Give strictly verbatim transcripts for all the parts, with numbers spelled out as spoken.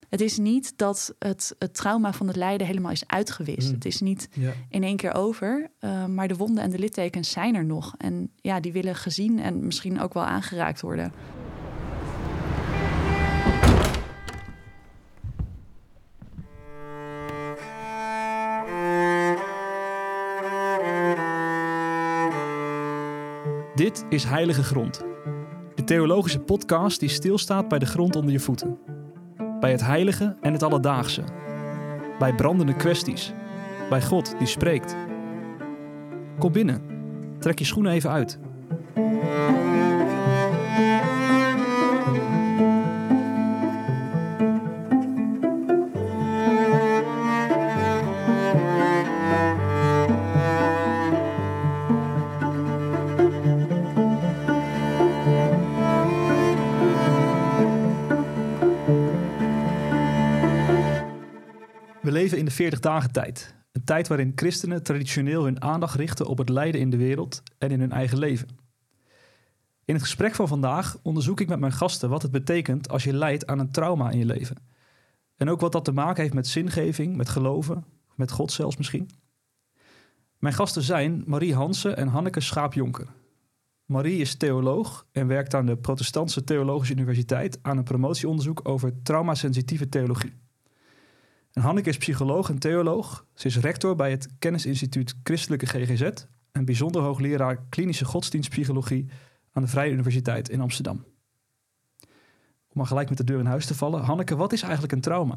het is niet dat het, het trauma van het lijden helemaal is uitgewist. Mm. Het is niet ja. in één keer over. Uh, maar de wonden en de littekens zijn er nog. En ja, die willen gezien en misschien ook wel aangeraakt worden. Dit is Heilige Grond. De theologische podcast die stilstaat bij de grond onder je voeten. Bij het heilige en het alledaagse. Bij brandende kwesties. Bij God die spreekt. Kom binnen. Trek je schoenen even uit. We leven in de veertig dagen tijd. Een tijd waarin christenen traditioneel hun aandacht richten op het lijden in de wereld en in hun eigen leven. In het gesprek van vandaag onderzoek ik met mijn gasten wat het betekent als je lijdt aan een trauma in je leven. En ook wat dat te maken heeft met zingeving, met geloven, met God zelfs misschien. Mijn gasten zijn Marie Hansen en Hanneke Schaap-Jonker. Marie is theoloog en werkt aan de Protestantse Theologische Universiteit aan een promotieonderzoek over traumasensitieve theologie. En Hanneke is psycholoog en theoloog. Ze is rector bij het Kennisinstituut Christelijke G G Z en bijzonder hoogleraar klinische godsdienstpsychologie aan de Vrije Universiteit in Amsterdam. Om maar gelijk met de deur in huis te vallen. Hanneke, wat is eigenlijk een trauma?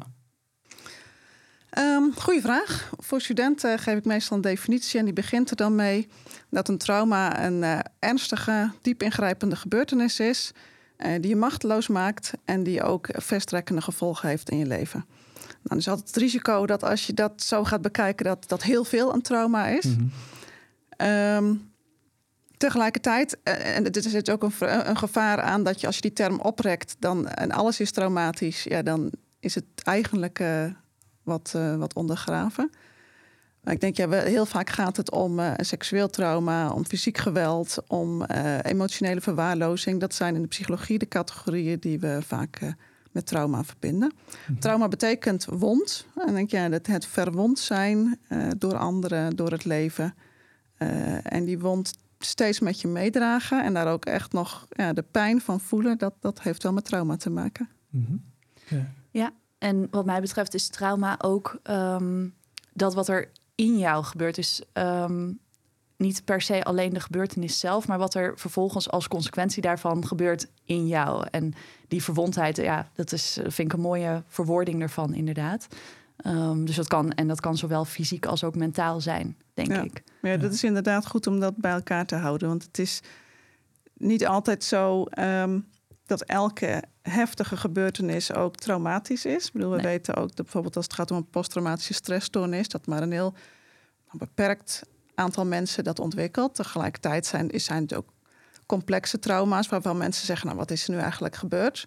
Um, goeie vraag. Voor studenten geef ik meestal een definitie en die begint er dan mee dat een trauma een uh, ernstige, diep ingrijpende gebeurtenis is uh, die je machteloos maakt en die ook verstrekkende gevolgen heeft in je leven. Nou, er is altijd het risico dat als je dat zo gaat bekijken, dat dat heel veel een trauma is. Mm-hmm. Um, tegelijkertijd, en er zit ook een, een gevaar aan dat je als je die term oprekt, dan en alles is traumatisch, ja, dan is het eigenlijk uh, wat, uh, wat ondergraven. Maar ik denk, ja, heel vaak gaat het om uh, een seksueel trauma, om fysiek geweld, om uh, emotionele verwaarlozing. Dat zijn in de psychologie de categorieën die we vaak uh, met trauma verbinden. Mm-hmm. Trauma betekent wond. En dan denk je, ja, het, het verwond zijn uh, door anderen, door het leven. Uh, en die wond steeds met je meedragen en daar ook echt nog ja, de pijn van voelen, dat, dat heeft wel met trauma te maken. Mm-hmm. Ja. ja, en wat mij betreft is trauma ook um, dat wat er in jou gebeurt is um, niet per se alleen de gebeurtenis zelf, maar wat er vervolgens als consequentie daarvan gebeurt in jou. En die verwondheid, ja, dat is, vind ik een mooie verwoording ervan, inderdaad. Um, dus dat kan, en dat kan zowel fysiek als ook mentaal zijn, denk ja. ik. Ja, dat is inderdaad goed om dat bij elkaar te houden. Want het is niet altijd zo um, dat elke heftige gebeurtenis ook traumatisch is. Ik bedoel, we nee. weten ook dat bijvoorbeeld als het gaat om een posttraumatische stressstoornis, dat maar een heel beperkt aantal mensen dat ontwikkelt. Tegelijkertijd zijn, zijn het ook complexe trauma's waarvan mensen zeggen, nou, wat is er nu eigenlijk gebeurd?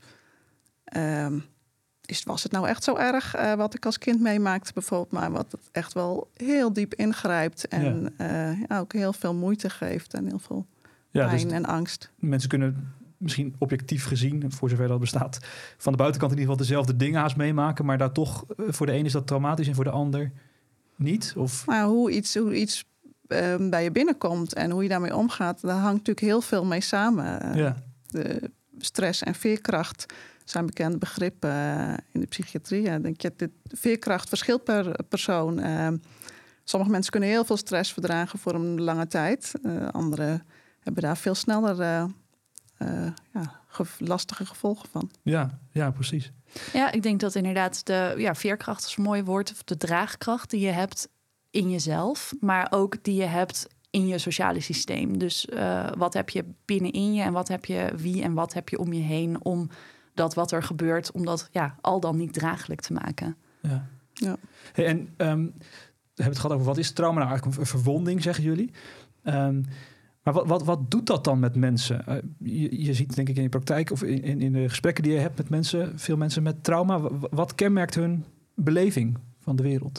Um, Is, was het nou echt zo erg uh, wat ik als kind meemaakte bijvoorbeeld, maar wat het echt wel heel diep ingrijpt en ja. Uh, ja, ook heel veel moeite geeft en heel veel ja, pijn dus en angst. Mensen kunnen misschien objectief gezien, voor zover dat bestaat, van de buitenkant in ieder geval dezelfde dingen haast meemaken, maar daar toch, voor de een is dat traumatisch en voor de ander niet? Of? Nou, hoe iets, hoe iets uh, bij je binnenkomt en hoe je daarmee omgaat, daar hangt natuurlijk heel veel mee samen. Uh, ja. De stress en veerkracht zijn bekende begrippen uh, in de psychiatrie. Ja, denk je, de veerkracht verschilt per persoon. Uh, sommige mensen kunnen heel veel stress verdragen voor een lange tijd. Uh, anderen hebben daar veel sneller uh, uh, ja, ge- lastige gevolgen van. Ja, ja, precies. Ja, ik denk dat inderdaad de ja, veerkracht is een mooi woord. Of de draagkracht die je hebt in jezelf, maar ook die je hebt in je sociale systeem. Dus uh, wat heb je binnenin je en wat heb je wie en wat heb je om je heen om dat wat er gebeurt, om dat ja, al dan niet draaglijk te maken. Ja. Ja. Hey, en um, we hebben het gehad over wat is trauma nou eigenlijk, een verwonding, zeggen jullie. Um, maar wat, wat, wat doet dat dan met mensen? Uh, je, je ziet denk ik in je praktijk of in, in, in de gesprekken die je hebt met mensen, veel mensen met trauma. Wat, wat kenmerkt hun beleving van de wereld?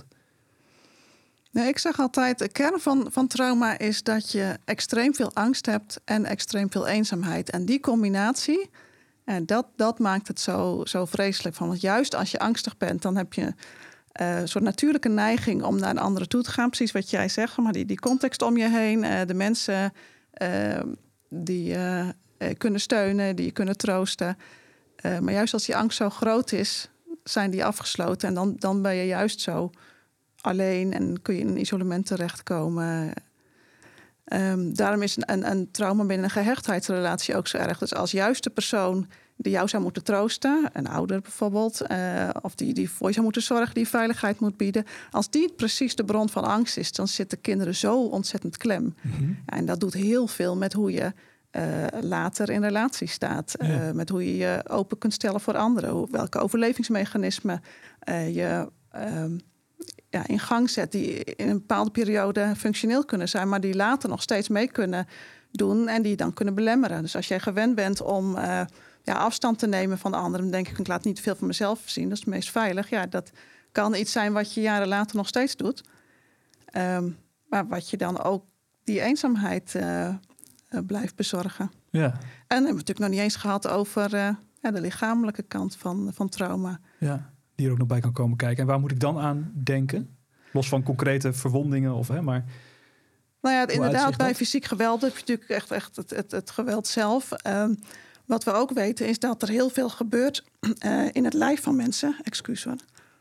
Nee, ik zeg altijd, de kern van, van trauma is dat je extreem veel angst hebt en extreem veel eenzaamheid. En die combinatie, En dat, dat maakt het zo, zo vreselijk van. Want juist als je angstig bent, dan heb je uh, een soort natuurlijke neiging om naar een andere toe te gaan. Precies wat jij zegt, maar die, die context om je heen, uh, de mensen uh, die uh, kunnen steunen, die je kunnen troosten. Uh, maar juist als die angst zo groot is, zijn die afgesloten. En dan, dan ben je juist zo alleen en kun je in een isolement terechtkomen. Um, daarom is een, een, een trauma binnen een gehechtheidsrelatie ook zo erg. Dus als juist de persoon die jou zou moeten troosten, een ouder bijvoorbeeld, uh, of die, die voor je zou moeten zorgen, die veiligheid moet bieden, als die precies de bron van angst is, dan zitten kinderen zo ontzettend klem. Mm-hmm. Ja, en dat doet heel veel met hoe je uh, later in relatie staat. Uh, ja. Met hoe je je open kunt stellen voor anderen. Hoe, welke overlevingsmechanismen uh, je uh, ja, in gang zet, die in een bepaalde periode functioneel kunnen zijn, maar die later nog steeds mee kunnen doen en die dan kunnen belemmeren. Dus als jij gewend bent om uh, ja, afstand te nemen van de anderen, dan denk ik, ik laat niet te veel van mezelf zien, dat is het meest veilig. Ja, dat kan iets zijn wat je jaren later nog steeds doet. Um, maar wat je dan ook die eenzaamheid uh, uh, blijft bezorgen. Ja. En we hebben het natuurlijk nog niet eens gehad over uh, ja, de lichamelijke kant van, van trauma. Ja, die er ook nog bij kan komen kijken. En waar moet ik dan aan denken? Los van concrete verwondingen of hè, maar. Nou ja, inderdaad, bij fysiek geweld heb je natuurlijk echt, echt het, het, het geweld zelf. Um, wat we ook weten is dat er heel veel gebeurt uh, in het lijf van mensen. Excuus hoor.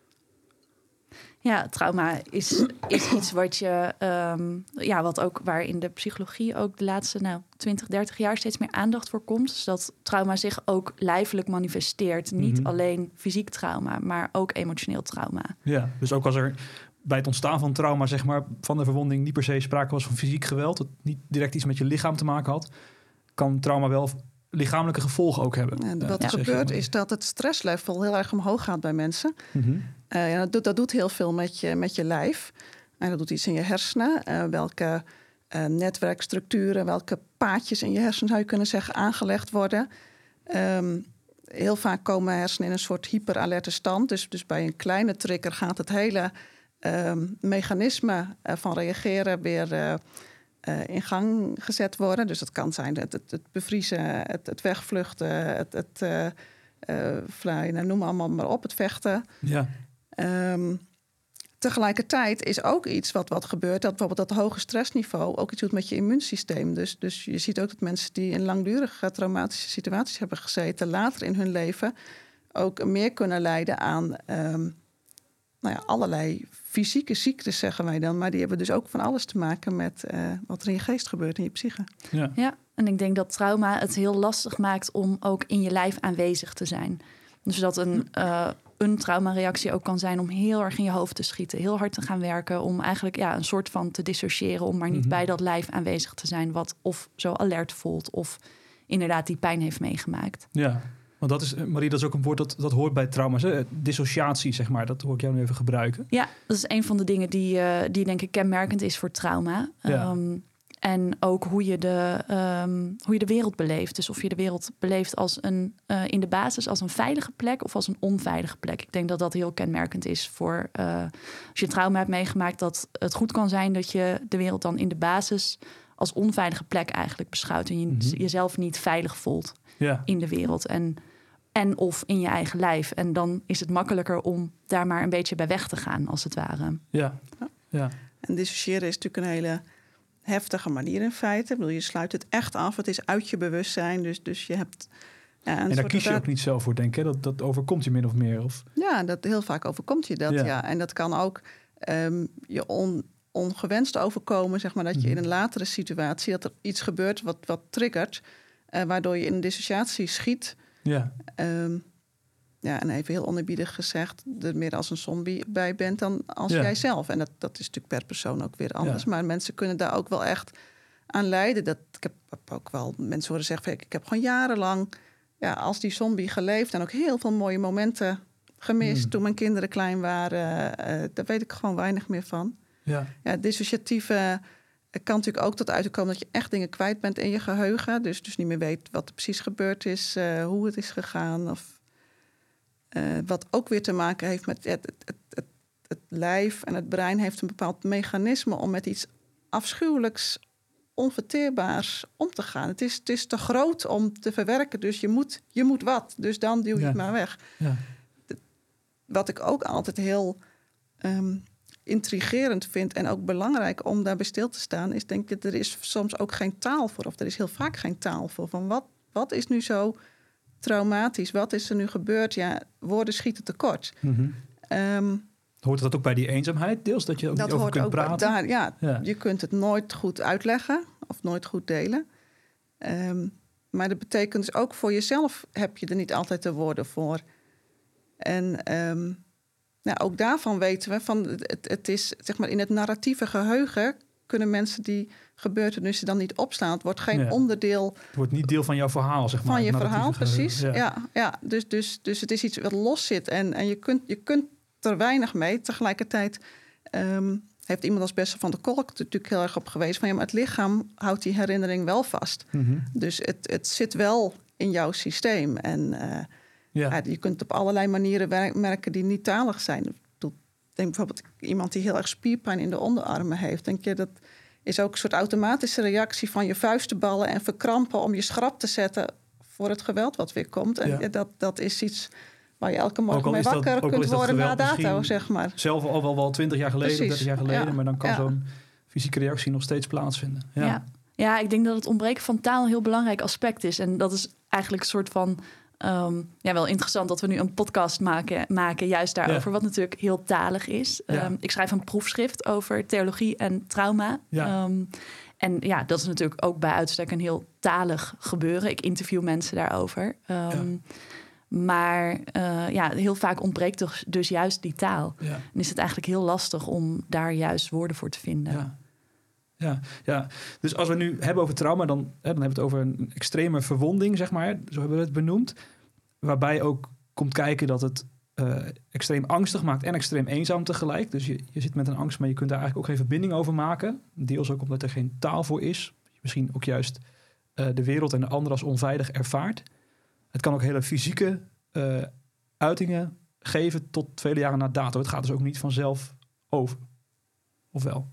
Ja, trauma is, is iets wat je, um, ja, wat ook waar in de psychologie ook de laatste nou, twintig, dertig jaar steeds meer aandacht voor komt. Dus dat trauma zich ook lijfelijk manifesteert. Niet Mm-hmm. alleen fysiek trauma, maar ook emotioneel trauma. Ja, dus ook als er bij het ontstaan van trauma, zeg maar, van de verwonding niet per se sprake was van fysiek geweld, dat niet direct iets met je lichaam te maken had, kan trauma wel lichamelijke gevolgen ook hebben. En ja, wat er gebeurt is dat het stresslevel heel erg omhoog gaat bij mensen. Mm-hmm. Uh, ja, dat, doet, dat doet heel veel met je, met je lijf. En dat doet iets in je hersenen. Uh, welke uh, netwerkstructuren, welke paadjes in je hersenen zou je kunnen zeggen aangelegd worden. Um, heel vaak komen hersenen in een soort hyperalerte stand. Dus, dus bij een kleine trigger gaat het hele um, mechanisme uh, van reageren weer uh, uh, in gang gezet worden. Dus dat kan zijn het, het, het bevriezen, het, het wegvluchten, het, het uh, uh, fly, nou, noem allemaal maar op, het vechten. Ja. Um, tegelijkertijd is ook iets wat, wat gebeurt, dat bijvoorbeeld dat hoge stressniveau ook iets doet met je immuunsysteem. Dus, dus je ziet ook dat mensen die in langdurige traumatische situaties hebben gezeten, later in hun leven ook meer kunnen lijden aan um, nou ja, allerlei fysieke ziektes, zeggen wij dan. Maar die hebben dus ook van alles te maken met uh, wat er in je geest gebeurt, in je psyche. Ja. Ja, en ik denk dat trauma het heel lastig maakt om ook in je lijf aanwezig te zijn. Dus dat een, uh, een traumareactie ook kan zijn om heel erg in je hoofd te schieten, heel hard te gaan werken, om eigenlijk ja, een soort van te dissociëren, om maar niet mm-hmm. bij dat lijf aanwezig te zijn, wat of zo alert voelt of inderdaad die pijn heeft meegemaakt. Ja, want dat is, Marie, dat is ook een woord dat, dat hoort bij trauma's. Hè? Dissociatie, zeg maar, dat hoor ik jou nu even gebruiken. Ja, dat is een van de dingen die, uh, die denk ik kenmerkend is voor trauma. Ja. Um, En ook hoe je, de, um, hoe je de wereld beleeft. Dus of je de wereld beleeft als een, uh, in de basis als een veilige plek of als een onveilige plek. Ik denk dat dat heel kenmerkend is voor uh, als je trauma hebt meegemaakt, dat het goed kan zijn dat je de wereld dan in de basis als onveilige plek eigenlijk beschouwt. En je mm-hmm. jezelf niet veilig voelt ja. in de wereld. En, en of in je eigen lijf. En dan is het makkelijker om daar maar een beetje bij weg te gaan, als het ware. Ja, ja. En dissociëren is natuurlijk een hele heftige manier in feite. Ik bedoel, je sluit het echt af. Het is uit je bewustzijn. Dus, dus je hebt. Ja, en daar kies je ook niet zelf voor, denk ik. Dat, dat overkomt je min of meer. Of? Ja, dat heel vaak overkomt je dat. Ja. Ja. En dat kan ook um, je on, ongewenst overkomen. Zeg maar dat je mm. in een latere situatie dat er iets gebeurt wat, wat triggert, uh, waardoor je in een dissociatie schiet. Ja. Um, Ja, en even heel oneerbiedig gezegd, er meer als een zombie bij bent dan als ja. jijzelf. En dat, dat is natuurlijk per persoon ook weer anders. Ja. Maar mensen kunnen daar ook wel echt aan lijden. Dat, ik heb ook wel mensen horen zeggen, ik heb gewoon jarenlang ja, als die zombie geleefd en ook heel veel mooie momenten gemist hmm. toen mijn kinderen klein waren. Uh, daar weet ik gewoon weinig meer van. Ja. Ja, dissociatieve kan natuurlijk ook tot uit komen dat je echt dingen kwijt bent in je geheugen. Dus, dus niet meer weet wat er precies gebeurd is, uh, hoe het is gegaan of Uh, wat ook weer te maken heeft met het, het, het, het, het lijf en het brein heeft een bepaald mechanisme om met iets afschuwelijks onverteerbaars om te gaan. Het is, het is te groot om te verwerken, dus je moet, je moet wat. Dus dan duw je Ja. het maar weg. Ja. Wat ik ook altijd heel um, intrigerend vind en ook belangrijk om daarbij stil te staan, is denk ik, er is soms ook geen taal voor, of er is heel vaak geen taal voor. Van wat, wat is nu zo traumatisch? Wat is er nu gebeurd? Ja, woorden schieten tekort. Mm-hmm. Um, Hoort dat ook bij die eenzaamheid deels? Dat je ook dat niet over hoort kunt ook praten? bij daar. Ja, Ja. je kunt het nooit goed uitleggen of nooit goed delen. Um, maar dat betekent dus ook voor jezelf heb je er niet altijd de woorden voor. En um, nou, ook daarvan weten we van het, het is zeg maar in het narratieve geheugen kunnen mensen die gebeurtenissen dan niet opslaan. Het wordt geen Ja. onderdeel. Het wordt niet deel van jouw verhaal, zeg maar. Van je het verhaal, narratieve precies. geheugen. Ja, ja, ja. Dus, dus, dus het is iets wat los zit. En, en je, kunt, je kunt er weinig mee. Tegelijkertijd um, heeft iemand als Bessel van der Kolk natuurlijk heel erg op gewezen van ja, maar het lichaam houdt die herinnering wel vast. Mm-hmm. Dus het, het zit wel in jouw systeem. En uh, Ja. ja, je kunt op allerlei manieren werk, merken die niet talig zijn. Ik denk bijvoorbeeld iemand die heel erg spierpijn in de onderarmen heeft. Denk je, dat is ook een soort automatische reactie van je vuisten ballen en verkrampen om je schrap te zetten voor het geweld wat weer komt. En Ja. dat, dat is iets waar je elke Ook morgen al mee is dat- wakker ook al kunt is dat worden na geweld dato, misschien zeg maar. Zelf al wel wel twintig jaar geleden, Precies. dertig jaar geleden, Ja. maar dan kan Ja. zo'n fysieke reactie nog steeds plaatsvinden. Ja. Ja. Ja, ik denk dat het ontbreken van taal een heel belangrijk aspect is. En dat is eigenlijk een soort van... Um, ja, wel interessant dat we nu een podcast maken, maken juist daarover, Ja. wat natuurlijk heel talig is. Ja. Um, ik schrijf een proefschrift over theologie en trauma. Ja. Um, en ja, dat is natuurlijk ook bij uitstek een heel talig gebeuren. Ik interview mensen daarover. Um, ja. Maar uh, ja, heel vaak ontbreekt dus, dus juist die taal. Ja. En is het eigenlijk heel lastig om daar juist woorden voor te vinden. Ja. Ja, ja, dus als we nu hebben over trauma, dan, hè, dan hebben we het over een extreme verwonding, zeg maar. Zo hebben we het benoemd. Waarbij ook komt kijken dat het uh, extreem angstig maakt en extreem eenzaam tegelijk. Dus je, je zit met een angst, maar je kunt daar eigenlijk ook geen verbinding over maken. Deels ook omdat er geen taal voor is. Misschien ook juist uh, de wereld en de ander als onveilig ervaart. Het kan ook hele fysieke uh, uitingen geven tot vele jaren na dato. Het gaat dus ook niet vanzelf over. Of wel?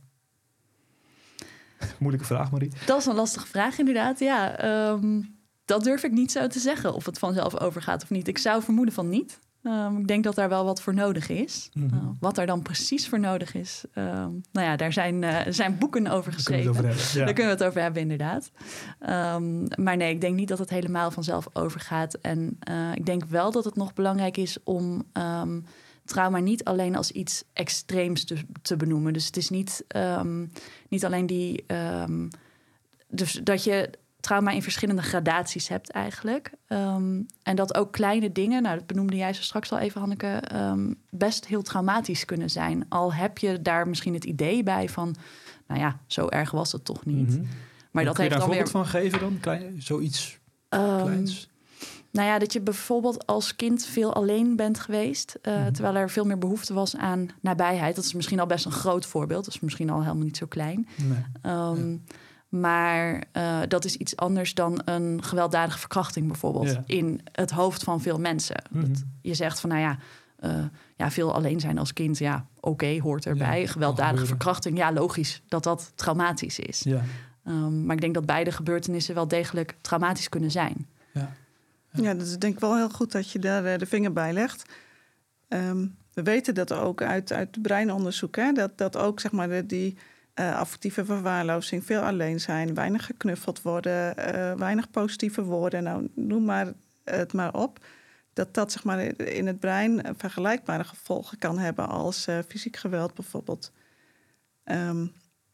Moeilijke vraag, Marie. Dat is een lastige vraag, inderdaad. Ja, um, dat durf ik niet zo te zeggen of het vanzelf overgaat of niet. Ik zou vermoeden van niet. Um, ik denk dat daar wel wat voor nodig is. Mm-hmm. Uh, wat er dan precies voor nodig is, um, nou ja, daar zijn, uh, zijn boeken over geschreven. Daar kunnen we het over hebben, ja. Daar kunnen we het over hebben, inderdaad. Um, maar nee, ik denk niet dat het helemaal vanzelf overgaat. En uh, ik denk wel dat het nog belangrijk is om um, trauma niet alleen als iets extreems te, te benoemen. Dus het is niet, um, niet alleen die... Um, dus dat je trauma in verschillende gradaties hebt eigenlijk. Um, en dat ook kleine dingen, nou dat benoemde jij zo straks al even, Hanneke, um, best heel traumatisch kunnen zijn. Al heb je daar misschien het idee bij van, nou ja, zo erg was het toch niet. Mm-hmm. Maar dat kun je heeft daar dan een weer voorbeeld van geven dan? Klein, zoiets um, kleins? Nou ja, dat je bijvoorbeeld als kind veel alleen bent geweest, uh, mm-hmm. terwijl er veel meer behoefte was aan nabijheid. Dat is misschien al best een groot voorbeeld. Dat is misschien al helemaal niet zo klein. Nee. Um, ja. Maar uh, dat is iets anders dan een gewelddadige verkrachting bijvoorbeeld. Ja. In het hoofd van veel mensen. Mm-hmm. Dat je zegt van, nou ja, uh, ja veel alleen zijn als kind. Ja, oké, okay, hoort erbij. Ja, gewelddadige verkrachting, ja, logisch dat dat traumatisch is. Ja. Um, maar ik denk dat beide gebeurtenissen wel degelijk traumatisch kunnen zijn. Ja, ja. ja dat is denk ik wel heel goed dat je daar uh, de vinger bij legt. Um, we weten dat ook uit, uit breinonderzoek, hè, dat, dat ook zeg maar de, die... Uh, affectieve verwaarlozing, veel alleen zijn, weinig geknuffeld worden, uh, weinig positieve woorden, nou noem maar het maar op, dat dat zeg maar in het brein vergelijkbare gevolgen kan hebben als uh, fysiek geweld bijvoorbeeld. Um,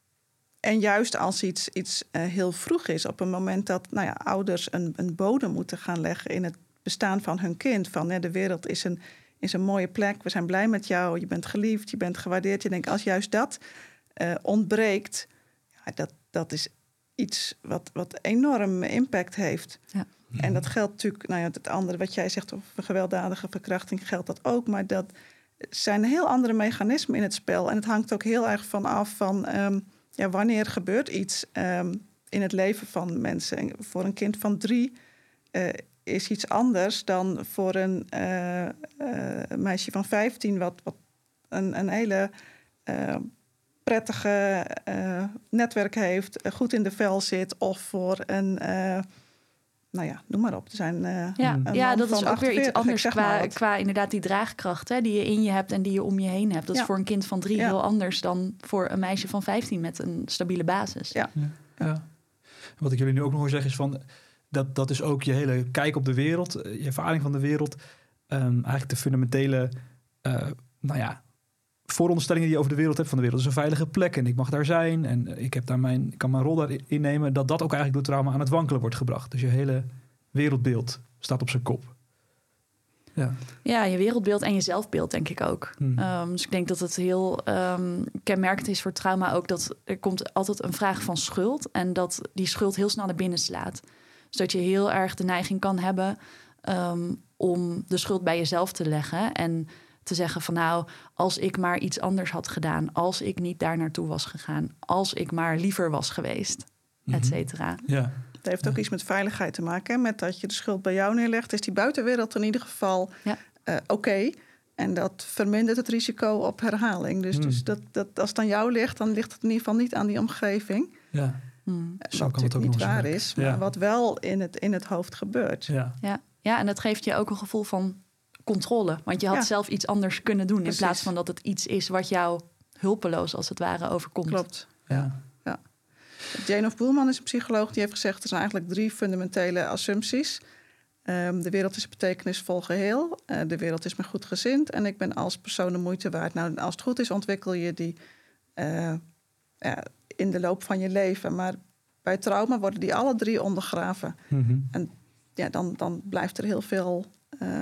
en juist als iets, iets uh, heel vroeg is, op een moment dat nou ja, ouders een, een bodem moeten gaan leggen in het bestaan van hun kind, van hè, de wereld is een, is een mooie plek, we zijn blij met jou, je bent geliefd, je bent gewaardeerd. Je denkt, als juist dat Uh, ontbreekt, ja, dat, dat is iets wat, wat enorm impact heeft. Ja. En dat geldt natuurlijk, nou ja, het andere wat jij zegt over gewelddadige verkrachting geldt dat ook, maar dat zijn heel andere mechanismen in het spel. En het hangt ook heel erg van af van um, ja, wanneer gebeurt iets um, in het leven van mensen. En voor een kind van drie uh, is iets anders dan voor een uh, uh, meisje van vijftien, wat, wat een, een hele uh, prettige uh, netwerk heeft, uh, goed in de vel zit, of voor een, uh, nou ja, noem maar op. Er zijn, uh, ja, een ja dat is ook weer iets anders qua, qua, qua inderdaad die draagkracht, hè, die je in je hebt en die je om je heen hebt. Dat ja. is voor een kind van drie ja. heel anders dan voor een meisje van vijftien met een stabiele basis. Ja. Ja. Ja. Wat ik jullie nu ook nog hoor zeggen is van, dat, dat is ook je hele kijk op de wereld, je ervaring van de wereld, um, eigenlijk de fundamentele, uh, nou ja, vooronderstellingen die je over de wereld hebt. Van de wereld is een veilige plek en ik mag daar zijn en ik heb daar mijn, ik kan mijn rol daarin innemen. Dat dat ook eigenlijk door trauma aan het wankelen wordt gebracht. Dus je hele wereldbeeld staat op zijn kop. Ja, ja je wereldbeeld en je zelfbeeld denk ik ook. Hmm. Um, dus ik denk dat het heel um, kenmerkend is voor trauma ook dat er komt altijd een vraag van schuld en dat die schuld heel snel naar binnen slaat. Dus dat je heel erg de neiging kan hebben um, om de schuld bij jezelf te leggen en te zeggen van nou, als ik maar iets anders had gedaan, als ik niet daar naartoe was gegaan, als ik maar liever was geweest, et cetera. Ja. Het heeft ook ja. iets met veiligheid te maken. Hè? Met dat je de schuld bij jou neerlegt, is die buitenwereld in ieder geval ja. uh, oké. Okay. En dat vermindert het risico op herhaling. Dus, mm. dus dat, dat, als het aan jou ligt, dan ligt het in ieder geval niet aan die omgeving. Ja. Mm. Wat natuurlijk niet waar is, maar ja. wat wel in het, in het hoofd gebeurt. Ja. Ja. ja, en dat geeft je ook een gevoel van controle. Want je had ja. zelf iets anders kunnen doen. Precies. In plaats van dat het iets is wat jou hulpeloos als het ware overkomt. Klopt. Ja. Ja. Jane of Boelman is een psycholoog die heeft gezegd, er zijn eigenlijk drie fundamentele assumpties. Um, de wereld is een betekenisvol geheel. Uh, de wereld is me goed gezind. En ik ben als persoon de moeite waard. Nou, als het goed is, ontwikkel je die uh, ja, in de loop van je leven. Maar bij trauma worden die alle drie ondergraven. Mm-hmm. En ja, dan, dan blijft er heel veel uh,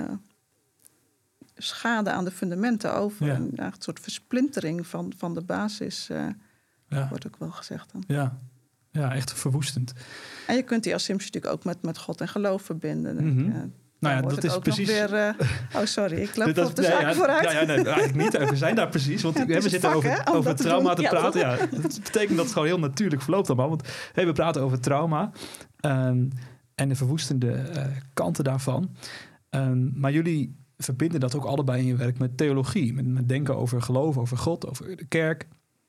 schade aan de fundamenten over. Ja. En, een soort versplintering van, van de basis, uh, ja. wordt ook wel gezegd dan. Ja. Ja, echt verwoestend. En je kunt die assumptie natuurlijk ook met, met God en geloof verbinden. Mm-hmm. Ja, nou ja, dat is precies. Weer, uh... Oh, sorry, ik loop dat, op de ja, zaak ja, vooruit. Ja, ja, nee, eigenlijk niet. We zijn daar precies. Want ja, we zitten vak, over, hè, over te trauma doen. te praten. Ja, dat betekent dat het gewoon heel natuurlijk verloopt allemaal. Want hey, we praten over trauma um, en de verwoestende uh, kanten daarvan. Um, maar jullie verbinden dat ook allebei in je werk met theologie. Met, met denken over geloof, over God, over de kerk.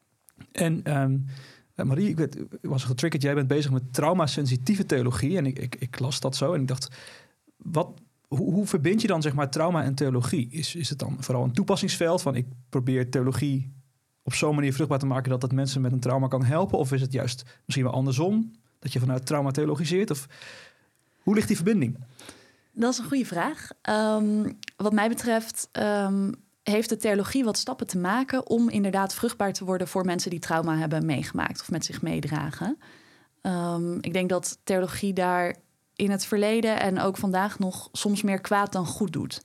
En um, uh, Marie, ik, weet, ik was getriggerd. Jij bent bezig met traumasensitieve theologie. En ik, ik, ik las dat zo en ik dacht, wat... Hoe, hoe verbind je dan zeg maar trauma en theologie? Is, is het dan vooral een toepassingsveld van ik probeer theologie op zo'n manier vruchtbaar te maken dat dat mensen met een trauma kan helpen? Of is het juist misschien wel andersom? Dat je vanuit trauma theologiseert? Of hoe ligt die verbinding? Dat is een goede vraag. Um, wat mij betreft um, heeft de theologie wat stappen te maken om inderdaad vruchtbaar te worden voor mensen die trauma hebben meegemaakt of met zich meedragen. Um, ik denk dat theologie daar in het verleden en ook vandaag nog soms meer kwaad dan goed doet.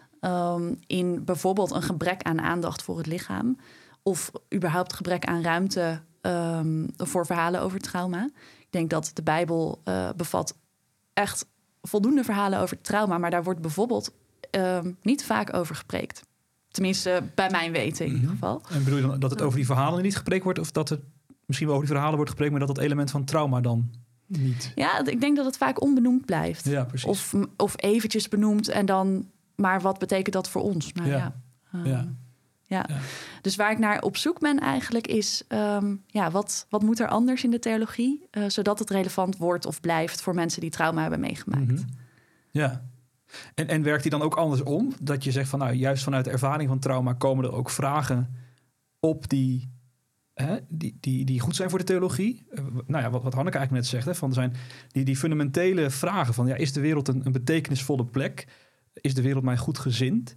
Um, in bijvoorbeeld een gebrek aan aandacht voor het lichaam. Of überhaupt gebrek aan ruimte um, voor verhalen over trauma. Ik denk dat de Bijbel uh, bevat echt voldoende verhalen over trauma. Maar daar wordt bijvoorbeeld um, niet vaak over gepreekt. Tenminste, bij mijn weten in ieder geval. En bedoel je dan dat het over die verhalen niet gepreekt wordt? Of dat er misschien wel over die verhalen wordt gepreekt, maar dat het element van trauma dan niet? Ja, ik denk dat het vaak onbenoemd blijft. Ja, precies. Of, of eventjes benoemd en dan, maar wat betekent dat voor ons? Nou, ja. Ja. Um, ja. Ja. ja. Dus waar ik naar op zoek ben eigenlijk is, um, ja, wat, wat moet er anders in de theologie, uh, zodat het relevant wordt of blijft voor mensen die trauma hebben meegemaakt? Mm-hmm. Ja. En, en werkt die dan ook andersom? Dat je zegt van, nou, juist vanuit de ervaring van trauma komen er ook vragen op die, hè, die, die, die goed zijn voor de theologie. Uh, nou ja, wat, wat Hanneke eigenlijk net zegt, hè, van er zijn die, die fundamentele vragen van, ja, is de wereld een, een betekenisvolle plek? Is de wereld mij goed gezind?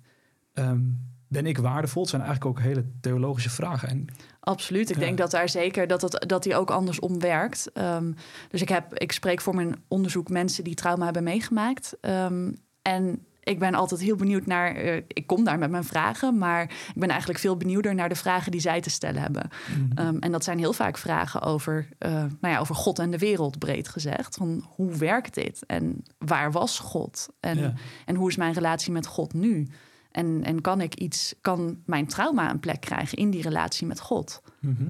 Um, Ben ik waardevol? Het zijn eigenlijk ook hele theologische vragen. En, Absoluut. Ik ja. denk dat daar zeker dat, het, dat die ook andersom werkt. Um, dus ik, heb, ik spreek voor mijn onderzoek mensen die trauma hebben meegemaakt. Um, en ik ben altijd heel benieuwd naar... Uh, ik kom daar met mijn vragen, maar ik ben eigenlijk veel benieuwder naar de vragen die zij te stellen hebben. Mm-hmm. Um, en dat zijn heel vaak vragen over, uh, nou ja, over God en de wereld, breed gezegd. Van hoe werkt dit? En waar was God? En, ja. en hoe is mijn relatie met God nu? En, en kan ik iets, kan mijn trauma een plek krijgen in die relatie met God? Mm-hmm.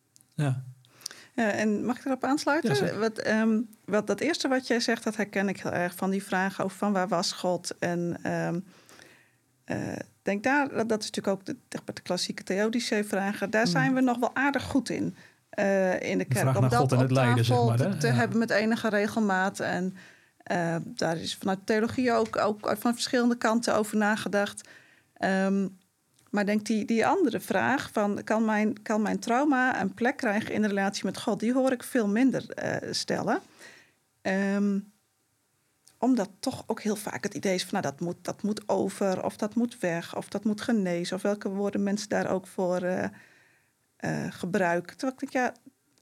Ja. Ja, en mag ik erop aansluiten? Ja, wat, um, wat dat eerste wat jij zegt, dat herken ik heel erg van die vragen over van waar was God? En um, uh, denk daar, dat is natuurlijk ook de, de klassieke theodicee-vragen. Daar zijn we nog wel aardig goed in. Uh, in de kerk. De om dat God en het op lijden, tafel zeg maar, hè? te, te ja. hebben met enige regelmaat. En uh, daar is vanuit theologie ook, ook van verschillende kanten over nagedacht. Um, maar denk die, die andere vraag van kan mijn, kan mijn trauma een plek krijgen in de relatie met God? Die hoor ik veel minder uh, stellen. Um, omdat toch ook heel vaak het idee is van nou, dat moet, dat moet over, of dat moet weg, of dat moet genezen, of welke woorden mensen daar ook voor uh, uh, gebruiken. Terwijl ik denk, ja,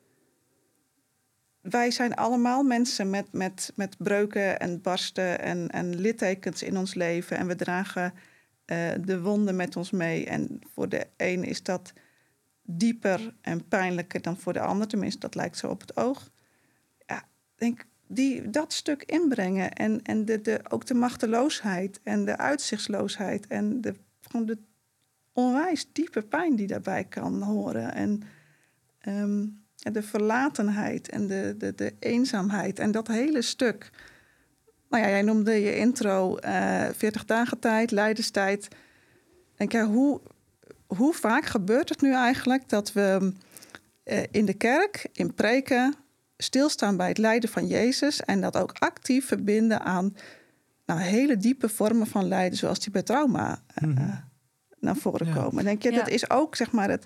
wij zijn allemaal mensen met, met, met breuken en barsten en, en littekens in ons leven. En we dragen uh, de wonden met ons mee. En voor de een is dat dieper en pijnlijker dan voor de ander. Tenminste, dat lijkt zo op het oog. Ja, denk die dat stuk inbrengen. En, en de, de, ook de machteloosheid en de uitzichtsloosheid. En de, gewoon de onwijs diepe pijn die daarbij kan horen. En um, ja, de verlatenheid en de, de, de eenzaamheid. En dat hele stuk. Nou ja, jij noemde je intro uh, veertig dagen tijd, lijdenstijd. Denk ja, hoe, hoe vaak gebeurt het nu eigenlijk dat we uh, in de kerk, in preken, stilstaan bij het lijden van Jezus en dat ook actief verbinden aan nou, hele diepe vormen van lijden, zoals die bij trauma uh, mm-hmm. naar voren ja. komen. Denk je, ja. dat is ook zeg maar het,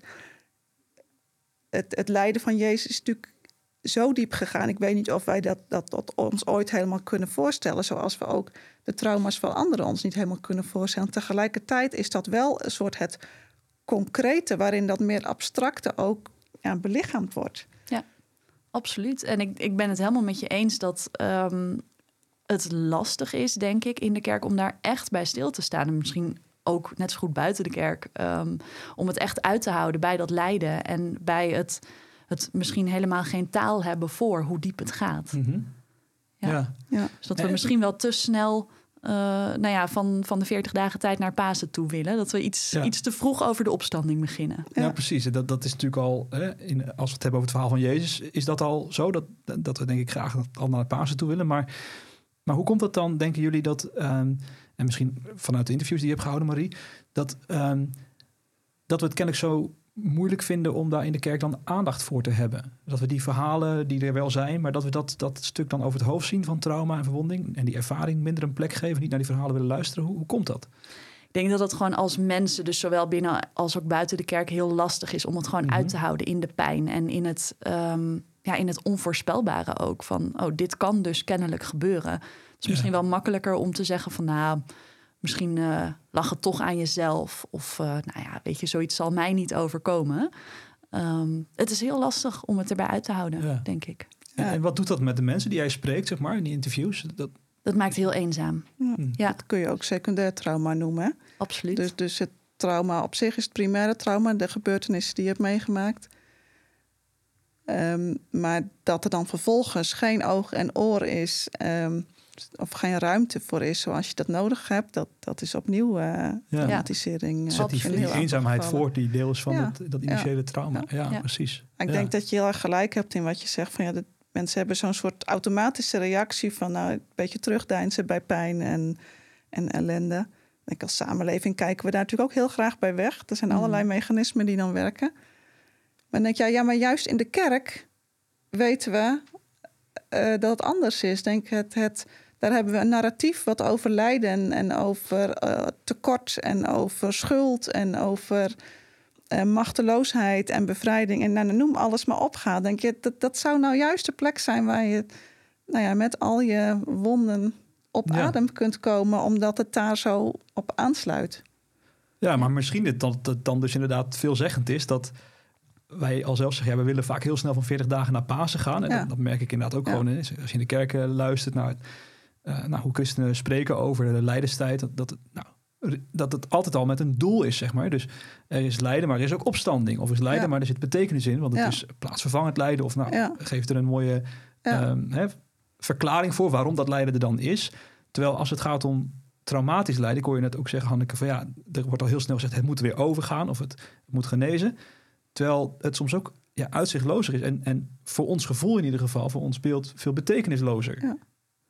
het, het lijden van Jezus is natuurlijk zo diep gegaan. Ik weet niet of wij dat, dat, dat ons ooit helemaal kunnen voorstellen, zoals we ook de trauma's van anderen ons niet helemaal kunnen voorstellen. Tegelijkertijd is dat wel een soort het concrete, waarin dat meer abstracte ook ja, belichaamd wordt. Ja, absoluut. En ik, ik ben het helemaal met je eens dat um, het lastig is, denk ik, in de kerk om daar echt bij stil te staan. En misschien ook net zo goed buiten de kerk. Um, om het echt uit te houden bij dat lijden en bij het, het misschien helemaal geen taal hebben voor hoe diep het gaat. Mm-hmm. Ja. Ja. Ja. Dus dat we en, misschien wel te snel uh, nou ja, van, van de veertig dagen tijd naar Pasen toe willen. Dat we iets, ja. iets te vroeg over de opstanding beginnen. Ja, ja precies. Dat, dat is natuurlijk al, hè, in, als we het hebben over het verhaal van Jezus, is dat al zo dat, dat we denk ik graag al naar Pasen toe willen. Maar, maar hoe komt dat dan, denken jullie, dat, um, en misschien vanuit de interviews die je hebt gehouden, Marie, dat, um, dat we het kennelijk zo moeilijk vinden om daar in de kerk dan aandacht voor te hebben. Dat we die verhalen die er wel zijn, maar dat we dat, dat stuk dan over het hoofd zien van trauma en verwonding en die ervaring minder een plek geven, niet naar die verhalen willen luisteren. Hoe, hoe komt dat? Ik denk dat het gewoon als mensen, dus zowel binnen als ook buiten de kerk, heel lastig is om het gewoon mm-hmm. uit te houden in de pijn en in het, um, ja, in het onvoorspelbare ook. Van, oh, dit kan dus kennelijk gebeuren. Het is ja. misschien wel makkelijker om te zeggen van, nou, misschien uh, lag het toch aan jezelf. Of, uh, nou ja, weet je, zoiets zal mij niet overkomen. Um, het is heel lastig om het erbij uit te houden, ja. denk ik. En, en wat doet dat met de mensen die jij spreekt, zeg maar, in die interviews? Dat, dat maakt heel eenzaam. Ja, ja. Dat kun je ook secundair trauma noemen. Hè? Absoluut. Dus, dus het trauma op zich is het primaire trauma, de gebeurtenissen die je hebt meegemaakt. Um, maar dat er dan vervolgens geen oog en oor is, Um, of geen ruimte voor is zoals je dat nodig hebt, dat, dat is opnieuw uh, ja. traumatisering. Uh, Zet die, die eenzaamheid voor die deel is van ja. het, dat initiële ja. trauma. Ja, ja, ja. precies. Ik ja. denk dat je heel erg gelijk hebt in wat je zegt. Van, ja, de mensen hebben zo'n soort automatische reactie van nou, een beetje terugdeinzen bij pijn en, en ellende. Ik denk, als samenleving kijken we daar natuurlijk ook heel graag bij weg. Er zijn mm. allerlei mechanismen die dan werken. Maar dan denk je, ja, ja, maar juist in de kerk weten we uh, dat het anders is. Denk het, het Daar hebben we een narratief wat over lijden en over uh, tekort en over schuld en over uh, machteloosheid en bevrijding. En nou, noem alles maar op gaat. Denk je, dat, dat zou nou juist de plek zijn waar je nou ja, met al je wonden op ja. adem kunt komen, omdat het daar zo op aansluit. Ja, maar misschien dat, dat het dan dus inderdaad veelzeggend is dat wij al zelf zeggen, ja, we willen vaak heel snel van veertig dagen naar Pasen gaan. En ja. dat, dat merk ik inderdaad ook ja. gewoon. Hè. Als je in de kerk uh, luistert naar Uh, nou, hoe christenen spreken over de lijdenstijd, dat, dat, nou, dat het altijd al met een doel is, zeg maar. Dus er is lijden, maar er is ook opstanding. Of er is lijden, ja. maar er zit betekenis in, want het ja. is plaatsvervangend lijden. Of nou, ja. geeft er een mooie ja. um, hè, verklaring voor waarom dat lijden er dan is. Terwijl als het gaat om traumatisch lijden, ik hoor je net ook zeggen, Hanneke, van ja, er wordt al heel snel gezegd, het moet weer overgaan of het, het moet genezen. Terwijl het soms ook ja, uitzichtlozer is. En, en voor ons gevoel in ieder geval, voor ons beeld, veel betekenislozer. Ja.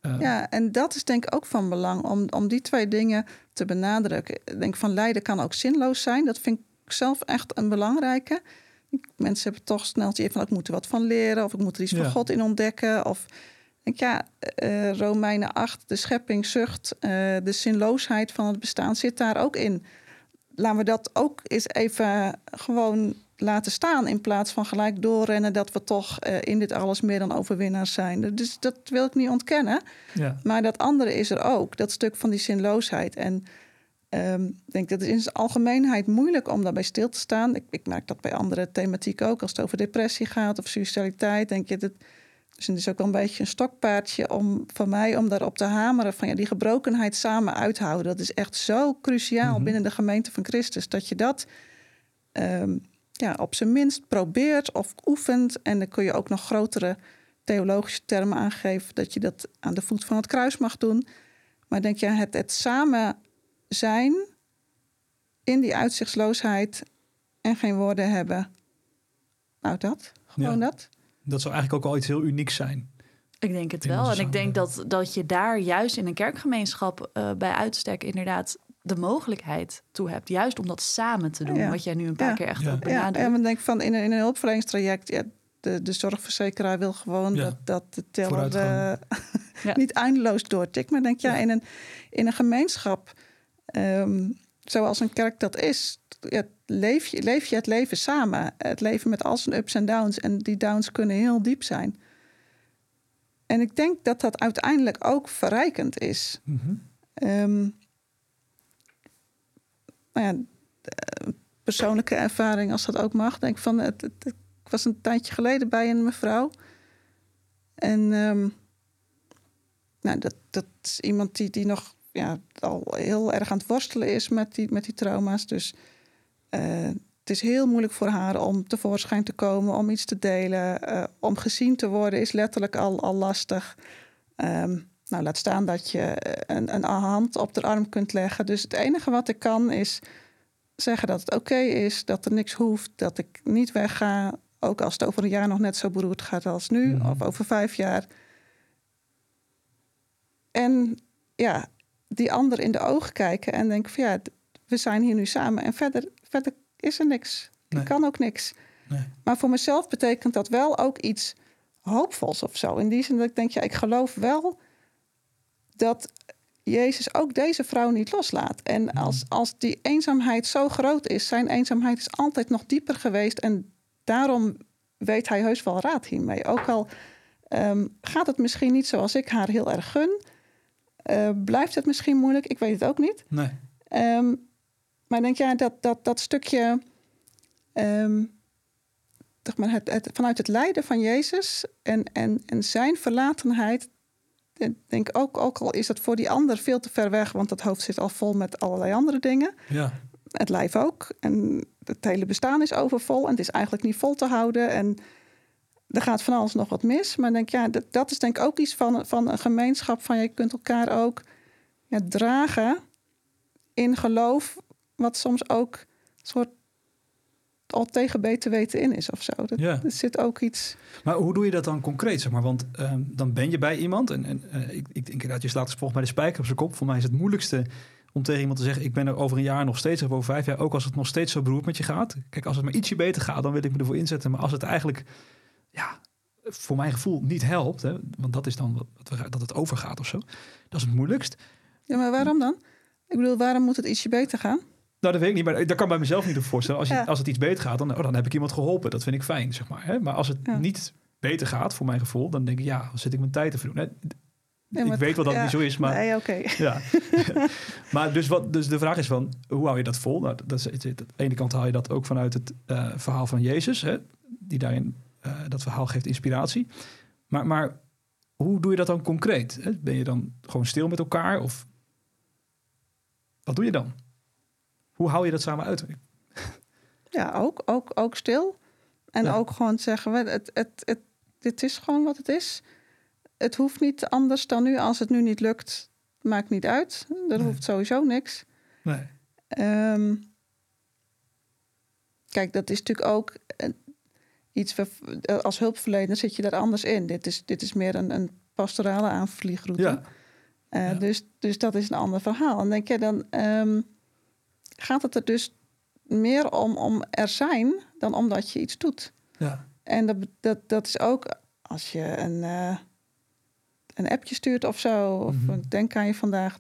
Uh, ja, en dat is denk ik ook van belang om, om die twee dingen te benadrukken. Ik denk van lijden kan ook zinloos zijn. Dat vind ik zelf echt een belangrijke. Mensen hebben toch snel het idee van ik moet er wat van leren of ik moet er iets ja. van God in ontdekken. Of denk ja, uh, Romeinen acht, de schepping, zucht, uh, de zinloosheid van het bestaan zit daar ook in. Laten we dat ook eens even gewoon laten staan in plaats van gelijk doorrennen dat we toch uh, in dit alles meer dan overwinnaars zijn. Dus dat wil ik niet ontkennen. Ja. Maar dat andere is er ook, dat stuk van die zinloosheid. En um, ik denk dat het in zijn algemeenheid moeilijk om daarbij stil te staan. Ik, ik merk dat bij andere thematiek ook, als het over depressie gaat of suicidaliteit, denk je dat. Dus het is ook wel een beetje een stokpaardje om van mij om daarop te hameren van ja, die gebrokenheid samen uithouden. Dat is echt zo cruciaal mm-hmm. binnen de gemeente van Christus dat je dat um, ja, op zijn minst probeert of oefent. En dan kun je ook nog grotere theologische termen aangeven dat je dat aan de voet van het kruis mag doen. Maar denk je, het, het samen zijn in die uitzichtsloosheid en geen woorden hebben. Nou, dat. Gewoon ja. dat. Dat zou eigenlijk ook al iets heel unieks zijn. Ik denk het wel. En ik denk dat, dat je daar juist in een kerkgemeenschap uh, bij uitstek inderdaad de mogelijkheid toe hebt. Juist om dat samen te doen. Ja. Wat jij nu een paar ja. keer echt ja. ook benadrukt. Ja, en we denken van in een, in een hulpverleningstraject. Ja, de, de zorgverzekeraar wil gewoon ja. dat, dat de teller uh, ja. niet eindeloos doortikt. Maar denk ja, ja. in een, in een gemeenschap um, zoals een kerk dat is. Ja, leef, je, leef je het leven samen. Het leven met al zijn ups en downs. En die downs kunnen heel diep zijn. En ik denk dat dat uiteindelijk ook verrijkend is. Mm-hmm. Um, nou ja, persoonlijke ervaring, als dat ook mag. Denk van, het, het, het, ik was een tijdje geleden bij een mevrouw. En um, nou, dat, dat is iemand die, die nog ja, al heel erg aan het worstelen is met die, met die trauma's. Dus uh, het is heel moeilijk voor haar om tevoorschijn te komen, om iets te delen. Uh, om gezien te worden is letterlijk al, al lastig. Um, nou, laat staan dat je een, een hand op de arm kunt leggen. Dus het enige wat ik kan is zeggen dat het oké is, dat er niks hoeft, dat ik niet wegga. Ook als het over een jaar nog net zo beroerd gaat als nu, mm-hmm. of over vijf jaar. En ja, die ander in de ogen kijken en denken van ja, we zijn hier nu samen. En verder, verder is er niks. Nee. Ik kan ook niks. Nee. Maar voor mezelf betekent dat wel ook iets hoopvols of zo. In die zin dat ik denk, ja, ik geloof wel dat Jezus ook deze vrouw niet loslaat. En als, als die eenzaamheid zo groot is, zijn eenzaamheid is altijd nog dieper geweest. En daarom weet hij heus wel raad hiermee. Ook al um, gaat het misschien niet zoals ik haar heel erg gun. Uh, blijft het misschien moeilijk? Ik weet het ook niet. Nee. Um, maar ik denk, ja, dat, dat, dat stukje Um, zeg maar het, het, vanuit het lijden van Jezus en, en, en zijn verlatenheid, ik denk ook, ook al is dat voor die ander veel te ver weg, want dat hoofd zit al vol met allerlei andere dingen. Ja. Het lijf ook. En het hele bestaan is overvol en het is eigenlijk niet vol te houden. En er gaat van alles nog wat mis. Maar ik denk, ja, dat, dat is denk ik ook iets van, van een gemeenschap van je kunt elkaar ook ja, dragen in geloof, wat soms ook een soort al tegen beter weten in is of zo. Dat, ja. Er zit ook iets. Maar hoe doe je dat dan concreet, zeg maar? Want uh, dan ben je bij iemand en, en uh, ik, ik denk dat je slaat volgens mij de spijker op zijn kop. Voor mij is het moeilijkste om tegen iemand te zeggen, ik ben er over een jaar nog steeds, of over vijf jaar, ook als het nog steeds zo beroerd met je gaat. Kijk, als het maar ietsje beter gaat, dan wil ik me ervoor inzetten. Maar als het eigenlijk, ja, voor mijn gevoel niet helpt, hè, want dat is dan wat we, dat het overgaat of zo. Dat is het moeilijkst. Ja, maar waarom dan? Ik bedoel, waarom moet het ietsje beter gaan? Nou, dat weet ik niet, maar dat kan bij mezelf niet op voorstellen. Als, je, ja. als het iets beter gaat, dan, oh, dan heb ik iemand geholpen. Dat vind ik fijn, zeg maar. Hè? Maar als het ja. niet beter gaat, voor mijn gevoel, dan denk ik, ja, dan zit ik mijn tijd te verdoen. Nee, ik weet wel dat ja. het niet zo is, maar... Nee, oké. Okay. Ja. maar dus, wat, dus de vraag is van, hoe hou je dat vol? Nou, dat is, aan de ene kant haal je dat ook vanuit het uh, verhaal van Jezus, hè? Die daarin, uh, dat verhaal geeft inspiratie. Maar, maar hoe doe je dat dan concreet? Hè? Ben je dan gewoon stil met elkaar? Of wat doe je dan? Hoe hou je dat samen uit? Ja, ook, ook, ook stil. En ja. ook gewoon zeggen, we, het, het, het, dit is gewoon wat het is. Het hoeft niet anders dan nu. Als het nu niet lukt, maakt niet uit. Er nee. hoeft sowieso niks. Nee. Um, kijk, dat is natuurlijk ook uh, iets... Als hulpverlener zit je daar anders in. Dit is, dit is meer een, een pastorale aanvliegroute. Ja. Uh, Ja. dus, dus dat is een ander verhaal. En denk je, dan um, gaat het er dus meer om, om er zijn dan omdat je iets doet. Ja. En dat, dat, dat is ook als je een, uh, een appje stuurt of zo. Of mm-hmm. denk aan je vandaag.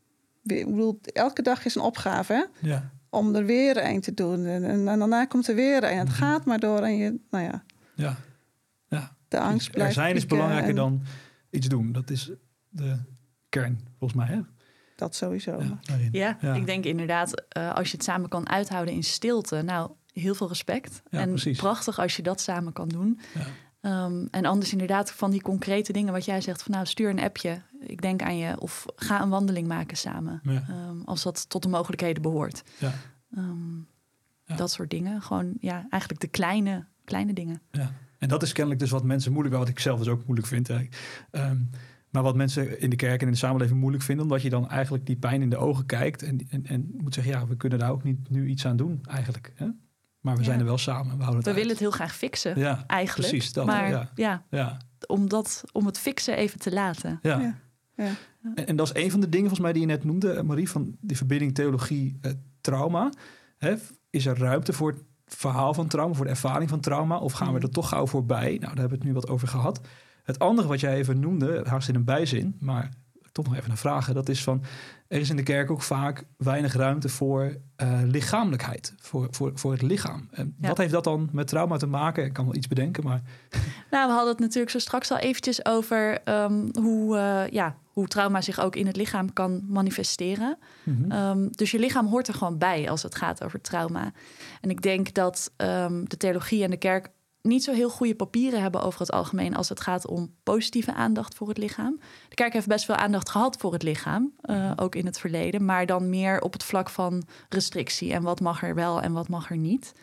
Ik bedoel, elke dag is een opgave, hè? Ja. Om er weer een te doen. En, en, en daarna komt er weer een. En het mm-hmm. gaat maar door. En je, nou ja. Ja. Ja. De angst blijft. Er zijn is belangrijker en, dan iets doen. Dat is de kern, volgens mij, hè? Dat sowieso. Ja, ja, ja. Ik denk inderdaad, uh, als je het samen kan uithouden in stilte. Nou, heel veel respect. Ja, en precies. Prachtig als je dat samen kan doen. Ja. Um, en anders inderdaad van die concrete dingen wat jij zegt. Van nou, stuur een appje. Ik denk aan je. Of ga een wandeling maken samen. Ja. Um, als dat tot de mogelijkheden behoort. Ja. Um, ja. Dat soort dingen. Gewoon, ja, eigenlijk de kleine, kleine dingen. Ja. En dat is kennelijk dus wat mensen moeilijk... wat ik zelf dus ook moeilijk vind. Um, maar wat mensen in de kerk en in de samenleving moeilijk vinden... omdat je dan eigenlijk die pijn in de ogen kijkt... en, en, en moet zeggen, ja, we kunnen daar ook niet nu iets aan doen eigenlijk. Hè? Maar we ja. zijn er wel samen. We, houden het we uit. willen het heel graag fixen, ja, eigenlijk. Precies, dat. Maar ja. Ja, ja. Om, dat, om het fixen even te laten. Ja. Ja. Ja. En, en dat is een van de dingen volgens mij die je net noemde, Marie... van die verbinding theologie, eh, trauma. Hè? Is er ruimte voor het verhaal van trauma... voor de ervaring van trauma? Of gaan we er toch gauw voorbij? Nou, daar hebben we het nu wat over gehad... Het andere wat jij even noemde, haast in een bijzin, maar toch nog even een vraag. Dat is van, er is in de kerk ook vaak weinig ruimte voor uh, lichamelijkheid, voor, voor, voor het lichaam. En ja. Wat heeft dat dan met trauma te maken? Ik kan wel iets bedenken, maar... Nou, we hadden het natuurlijk zo straks al eventjes over um, hoe, uh, ja, hoe trauma zich ook in het lichaam kan manifesteren. Mm-hmm. Um, dus je lichaam hoort er gewoon bij als het gaat over trauma. En ik denk dat um, de theologie en de kerk niet zo heel goede papieren hebben over het algemeen als het gaat om positieve aandacht voor het lichaam. De kerk heeft best veel aandacht gehad voor het lichaam, uh, ook in het verleden, maar dan meer op het vlak van restrictie en wat mag er wel en wat mag er niet.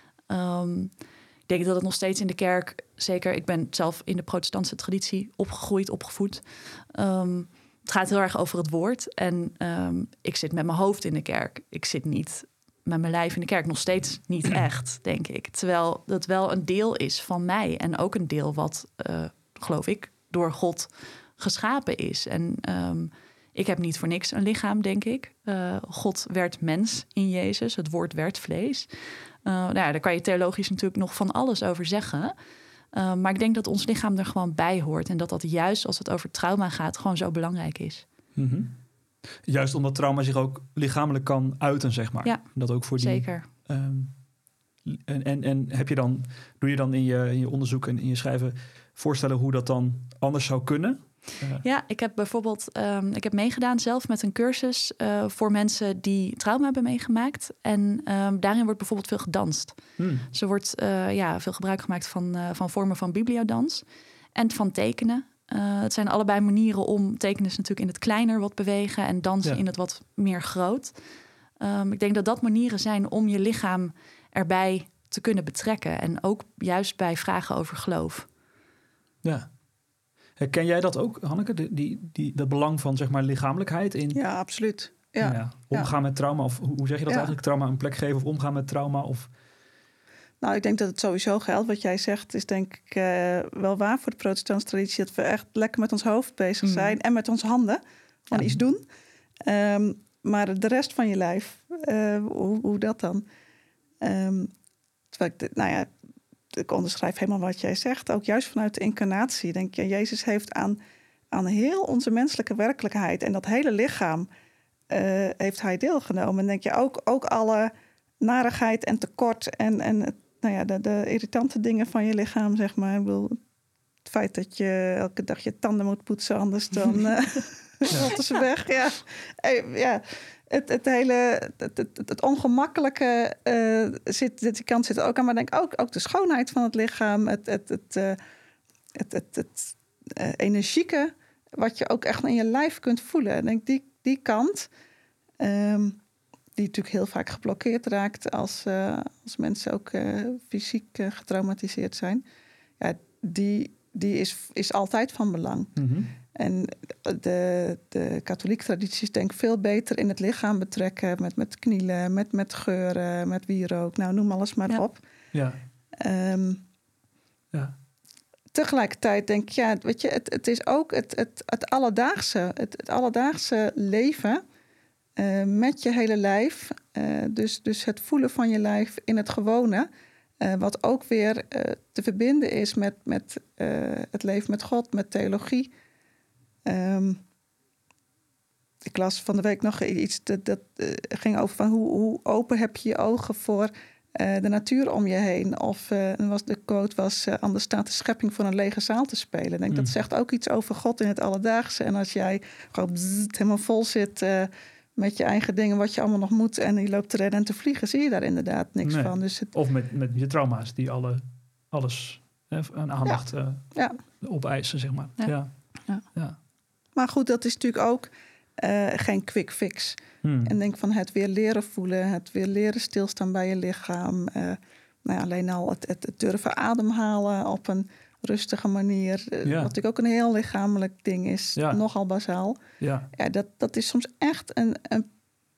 Um, ik denk dat het nog steeds in de kerk, zeker, ik ben zelf in de protestantse traditie opgegroeid, opgevoed. Um, het gaat heel erg over het woord en um, ik zit met mijn hoofd in de kerk. Ik zit niet met mijn lijf in de kerk, nog steeds niet echt, denk ik. Terwijl dat wel een deel is van mij en ook een deel wat, uh, geloof ik, door God geschapen is. En um, ik heb niet voor niks een lichaam, denk ik. Uh, God werd mens in Jezus, het woord werd vlees. Uh, nou ja, daar kan je theologisch natuurlijk nog van alles over zeggen. Uh, maar ik denk dat ons lichaam er gewoon bij hoort en dat dat juist als het over trauma gaat gewoon zo belangrijk is. Mm-hmm. Juist omdat trauma zich ook lichamelijk kan uiten, zeg maar. Ja, dat ook voor die, zeker. Um, en, en, en heb je dan, doe je dan in je, in je onderzoek en in je schrijven voorstellen hoe dat dan anders zou kunnen? Uh. Ja, ik heb bijvoorbeeld um, ik heb meegedaan zelf met een cursus uh, voor mensen die trauma hebben meegemaakt. En um, daarin wordt bijvoorbeeld veel gedanst. Hmm. Dus er wordt uh, ja, veel gebruik gemaakt van, uh, van vormen van bibliodans en van tekenen. Uh, het zijn allebei manieren om tekenen is natuurlijk in het kleiner wat bewegen en dansen ja. in het wat meer groot. Um, ik denk dat dat manieren zijn om je lichaam erbij te kunnen betrekken. En ook juist bij vragen over geloof. Ja. Herken jij dat ook, Hanneke? Die, die, die, dat belang van zeg maar lichamelijkheid in... Ja, absoluut. Ja. Ja, omgaan ja. met trauma. Of hoe zeg je dat ja. eigenlijk? Trauma een plek geven of omgaan met trauma? Of... Nou, ik denk dat het sowieso geldt. Wat jij zegt is denk ik uh, wel waar voor de protestantse traditie. Dat we echt lekker met ons hoofd bezig zijn. Mm. En met onze handen. Van ja. iets doen. Um, maar de rest van je lijf, uh, hoe, hoe dat dan? Um, terwijl ik, de, nou ja, ik onderschrijf helemaal wat jij zegt. Ook juist vanuit de incarnatie. Denk je, Jezus heeft aan, aan heel onze menselijke werkelijkheid. En dat hele lichaam uh, heeft hij deelgenomen. En denk je ook, ook alle narigheid en tekort en... en nou ja, de, de irritante dingen van je lichaam, zeg maar. Ik bedoel, het feit dat je elke dag je tanden moet poetsen, anders dan uh, rotten ze weg. Ja, hey, ja. Het, het hele, het, het, het ongemakkelijke uh, zit, die kant zit er ook aan. Maar denk ook, ook de schoonheid van het lichaam, het, het, het, uh, het, het, het uh, energieke, wat je ook echt in je lijf kunt voelen. Ik denk die, die kant. Um, die natuurlijk heel vaak geblokkeerd raakt als, uh, als mensen ook uh, fysiek uh, getraumatiseerd zijn. Ja, die die is, is altijd van belang. Mm-hmm. En de, de katholieke tradities denk ik veel beter in het lichaam betrekken. Met, met knielen, met, met geuren, met wierook. Nou, noem alles maar ja. op. Ja. Um, ja. tegelijkertijd denk ik, ja, weet je, het, het is ook het, het, het alledaagse, het, het alledaagse leven uh, met je hele lijf. Uh, dus, dus het voelen van je lijf in het gewone. Uh, wat ook weer uh, te verbinden is met, met uh, het leven met God, met theologie. Um, ik las van de week nog iets dat, dat uh, ging over van hoe, hoe open heb je je ogen voor uh, de natuur om je heen. Of uh, was de quote was, uh, anders staat de schepping voor een lege zaal te spelen. Ik denk, mm. Dat zegt ook iets over God in het alledaagse. En als jij gewoon bzz, helemaal vol zit uh, met je eigen dingen, wat je allemaal nog moet, en je loopt te rennen en te vliegen, zie je daar inderdaad niks nee. van. Dus het... Of met, met je trauma's die alle, alles hè, aan aandacht ja. Uh, ja. opeisen, zeg maar. Ja. Ja. Ja. Ja. Maar goed, dat is natuurlijk ook uh, geen quick fix. Hmm. En denk van het weer leren voelen, het weer leren stilstaan bij je lichaam. Uh, nou ja, alleen al het, het, het durven ademhalen op een rustige manier. Uh, ja. Wat natuurlijk ook een heel lichamelijk ding is, ja. nogal bazaal. Ja. Ja, dat, dat is soms echt een, een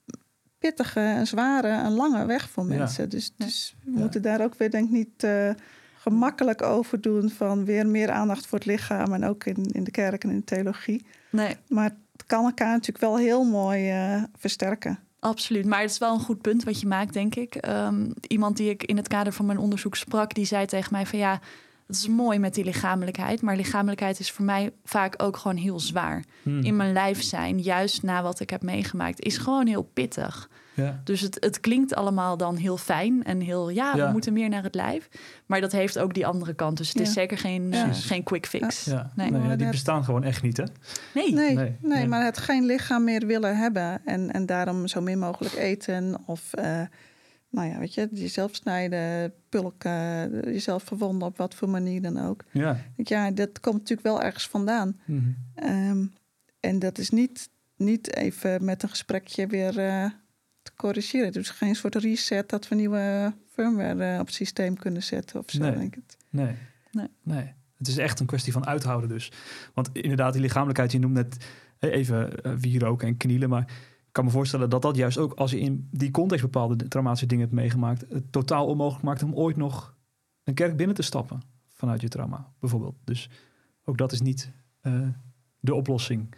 pittige, een zware, een lange weg voor mensen. Ja. Dus, dus we ja. moeten daar ook weer denk ik niet uh, gemakkelijk over doen van weer meer aandacht voor het lichaam en ook in, in de kerk en in de theologie. Nee. Maar het kan elkaar natuurlijk wel heel mooi uh, versterken. Absoluut, maar het is wel een goed punt wat je maakt, denk ik. Um, iemand die ik in het kader van mijn onderzoek sprak, die zei tegen mij van ja, het is mooi met die lichamelijkheid, maar lichamelijkheid is voor mij vaak ook gewoon heel zwaar. Hmm. In mijn lijf zijn, juist na wat ik heb meegemaakt, is gewoon heel pittig. Ja. Dus het, het klinkt allemaal dan heel fijn en heel, ja, we ja. moeten meer naar het lijf. Maar dat heeft ook die andere kant. Dus het ja. is zeker geen, ja. uh, geen quick fix. Ja. Ja. Nee. Nee, ja, die bestaan gewoon echt niet, hè? Nee. Nee, nee, nee maar het geen lichaam meer willen hebben. En, en daarom zo min mogelijk eten. Of, uh, nou ja, weet je, jezelf snijden, pulken, jezelf verwonden op wat voor manier dan ook. Ja, ja dat komt natuurlijk wel ergens vandaan. Mm-hmm. Um, en dat is niet, niet even met een gesprekje weer... Uh, corrigeren. Dus geen soort reset dat we nieuwe firmware uh, op het systeem kunnen zetten of zo, nee. denk ik. Nee. Nee. nee. Het is echt een kwestie van uithouden dus. Want inderdaad, die lichamelijkheid, je noemt net even uh, wieroken en knielen, maar ik kan me voorstellen dat dat juist ook, als je in die context bepaalde traumatische dingen hebt meegemaakt, het totaal onmogelijk maakt om ooit nog een kerk binnen te stappen vanuit je trauma, bijvoorbeeld. Dus ook dat is niet uh, de oplossing.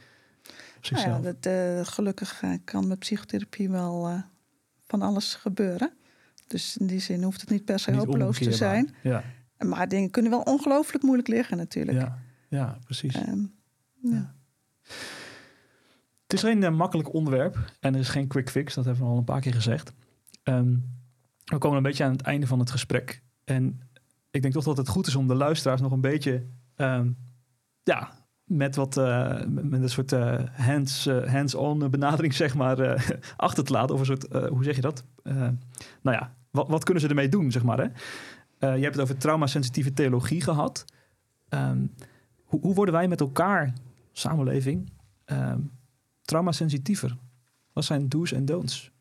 Nou ja, dat, uh, gelukkig uh, kan met psychotherapie wel uh, van alles gebeuren. Dus in die zin hoeft het niet per se niet hopeloos te zijn. Ja. Maar dingen kunnen wel ongelooflijk moeilijk liggen natuurlijk. Ja, ja precies. Um, ja. Ja. Het is geen uh, makkelijk onderwerp en er is geen quick fix. Dat hebben we al een paar keer gezegd. Um, we komen een beetje aan het einde van het gesprek. En ik denk toch dat het goed is om de luisteraars nog een beetje... Um, ja... met wat uh, met een soort uh, hands, uh, hands-on benadering, zeg maar, uh, achter te laten. Of een soort, uh, hoe zeg je dat? Uh, nou ja, wat, wat kunnen ze ermee doen, zeg maar, hè? Uh, je hebt het over traumasensitieve theologie gehad. Um, hoe, hoe worden wij met elkaar, samenleving, um, traumasensitiever? Wat zijn do's en don'ts?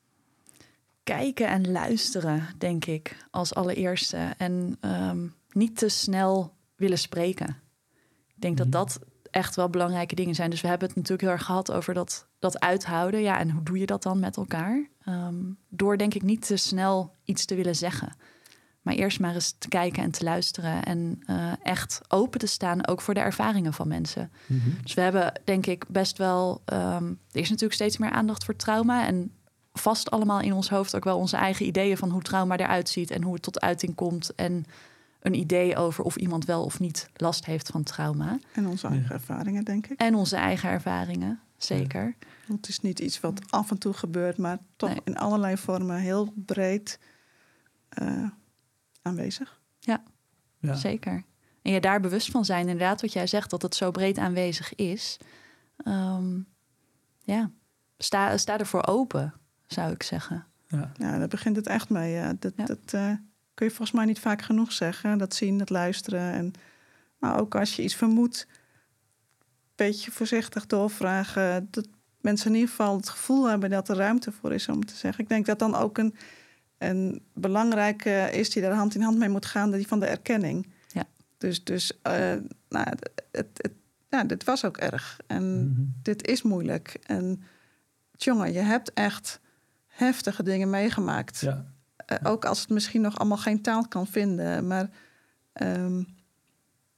Kijken en luisteren, denk ik, als allereerste. En um, niet te snel willen spreken. Ik denk mm-hmm. dat dat echt wel belangrijke dingen zijn. Dus we hebben het natuurlijk heel erg gehad over dat, dat uithouden. Ja, en hoe doe je dat dan met elkaar? Um, door denk ik niet te snel iets te willen zeggen. Maar eerst maar eens te kijken en te luisteren. En uh, echt open te staan, ook voor de ervaringen van mensen. Mm-hmm. Dus we hebben denk ik best wel... Um, er is natuurlijk steeds meer aandacht voor trauma. En vast allemaal in ons hoofd ook wel onze eigen ideeën... van hoe trauma eruit ziet en hoe het tot uiting komt... en een idee over of iemand wel of niet last heeft van trauma. En onze eigen ja. ervaringen, denk ik. En onze eigen ervaringen, zeker. Ja. Want het is niet iets wat af en toe gebeurt... maar toch nee. in allerlei vormen heel breed uh, aanwezig. Ja, ja, zeker. En je daar bewust van zijn, inderdaad, wat jij zegt... dat het zo breed aanwezig is. Um, ja, sta, sta ervoor open, zou ik zeggen. Ja, ja daar begint het echt mee. Ja. Dat... Ja. dat uh, kun je volgens mij niet vaak genoeg zeggen. Dat zien, dat luisteren. En maar ook als je iets vermoedt, een beetje voorzichtig doorvragen. Dat mensen in ieder geval het gevoel hebben dat er ruimte voor is, om te zeggen. Ik denk dat dan ook een, een belangrijke is die daar hand in hand mee moet gaan, die van de erkenning. Ja. Dus, dus uh, nou, het, het, het, ja, dit was ook erg. En mm-hmm. dit is moeilijk. En jongen, je hebt echt heftige dingen meegemaakt. Ja. Uh, ook als het misschien nog allemaal geen taal kan vinden. Maar um,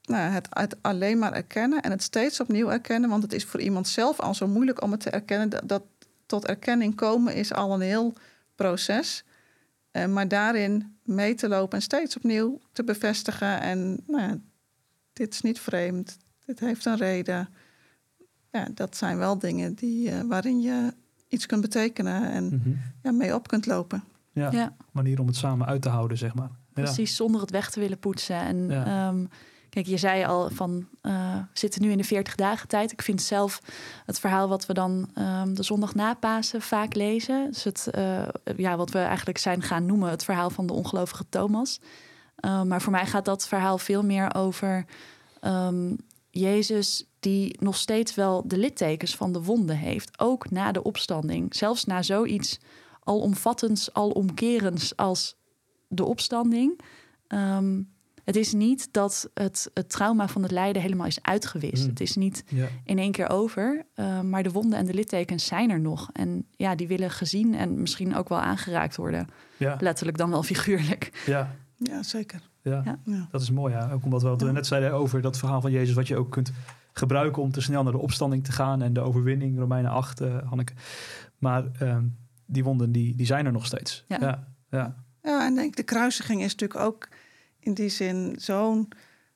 nou, het, het alleen maar erkennen en het steeds opnieuw erkennen. Want het is voor iemand zelf al zo moeilijk om het te erkennen. Dat, dat tot erkenning komen is al een heel proces. Uh, maar daarin mee te lopen en steeds opnieuw te bevestigen. En nou ja, dit is niet vreemd. Dit heeft een reden. Ja, dat zijn wel dingen die, uh, waarin je iets kunt betekenen en mm-hmm. ja, mee op kunt lopen. Ja, ja, manier om het samen uit te houden, zeg maar. Ja. Precies, zonder het weg te willen poetsen. En ja. um, kijk, je zei al van, uh, we zitten nu in de veertig dagen tijd. Ik vind zelf het verhaal wat we dan um, de zondag na Pasen vaak lezen. Dus het, uh, ja, wat we eigenlijk zijn gaan noemen het verhaal van de ongelovige Thomas. Uh, maar voor mij gaat dat verhaal veel meer over um, Jezus die nog steeds wel de littekens van de wonden heeft. Ook na de opstanding. Zelfs na zoiets alomvattends, alomkerends als de opstanding. Um, het is niet dat het, het trauma van het lijden helemaal is uitgewist. Mm. Het is niet ja. in één keer over. Uh, maar de wonden en de littekens zijn er nog. En ja, die willen gezien en misschien ook wel aangeraakt worden. Ja. Letterlijk dan wel figuurlijk. Ja, ja zeker. Ja, ja. ja, dat is mooi. Ja. Ook omdat we wat we ja. net zeiden over dat verhaal van Jezus, wat je ook kunt gebruiken om te snel naar de opstanding te gaan en de overwinning, Romeinen acht, uh, Hanneke. Maar uh, die wonden, die, die zijn er nog steeds. Ja, ja, ja. ja en denk de kruisiging is natuurlijk ook in die zin zo'n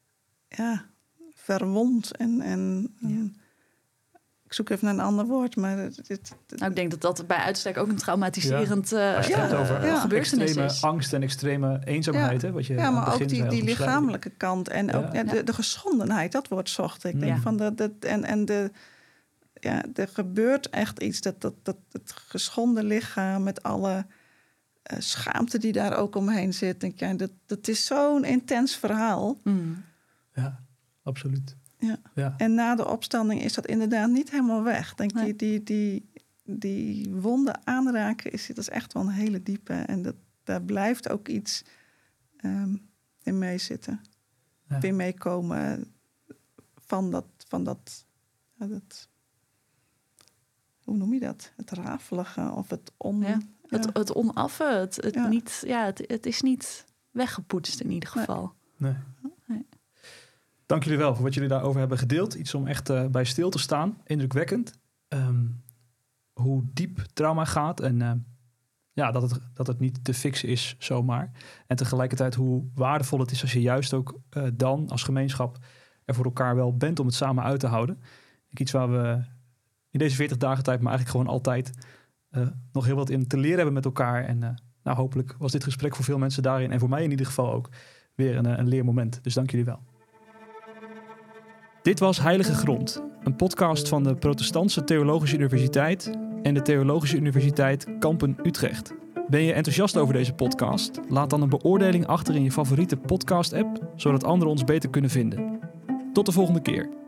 ja, verwond en, en, ja. en ik zoek even naar een ander woord, maar dit, dit, nou, ik denk dat dat bij uitstek ook een traumatiserend ja. Als je het uh, over ja. gebeurtenis extreme is. angst en extreme eenzaamheid, ja. hè, wat je ja, maar ook die, die zei, lichamelijke kant en ja. ook ja, de, de geschondenheid, dat woord zocht ik. Ja. Denk van de, de, en, en de, ja, er gebeurt echt iets dat, dat, dat het geschonden lichaam met alle uh, schaamte die daar ook omheen zit. Denk, ja, dat, dat is zo'n intens verhaal. Mm. Ja, absoluut. Ja. Ja. En na de opstanding is dat inderdaad niet helemaal weg. Denk nee. die, die, die, die wonden aanraken, is, dat is echt wel een hele diepe. En dat, daar blijft ook iets um, in meezitten. Ja. Weer meekomen van dat, van dat, ja, dat, hoe noem je dat? Het rafelige of het on... Ja. Ja. Het, het onaffe, het, het, ja. niet, ja, het, het is niet weggepoetst in ieder geval. Nee. nee. nee. Dank jullie wel voor wat jullie daarover hebben gedeeld. Iets om echt uh, bij stil te staan. Indrukwekkend. Um, hoe diep trauma gaat. En uh, ja, dat, het, dat het niet te fixen is zomaar. En tegelijkertijd hoe waardevol het is als je juist ook uh, dan als gemeenschap er voor elkaar wel bent om het samen uit te houden. Iets waar we in deze veertig dagen tijd, maar eigenlijk gewoon altijd uh, nog heel wat in te leren hebben met elkaar. En uh, nou, hopelijk was dit gesprek voor veel mensen daarin en voor mij in ieder geval ook weer een, een leermoment. Dus dank jullie wel. Dit was Heilige Grond, een podcast van de Protestantse Theologische Universiteit en de Theologische Universiteit Kampen Utrecht. Ben je enthousiast over deze podcast? Laat dan een beoordeling achter in je favoriete podcast-app, zodat anderen ons beter kunnen vinden. Tot de volgende keer.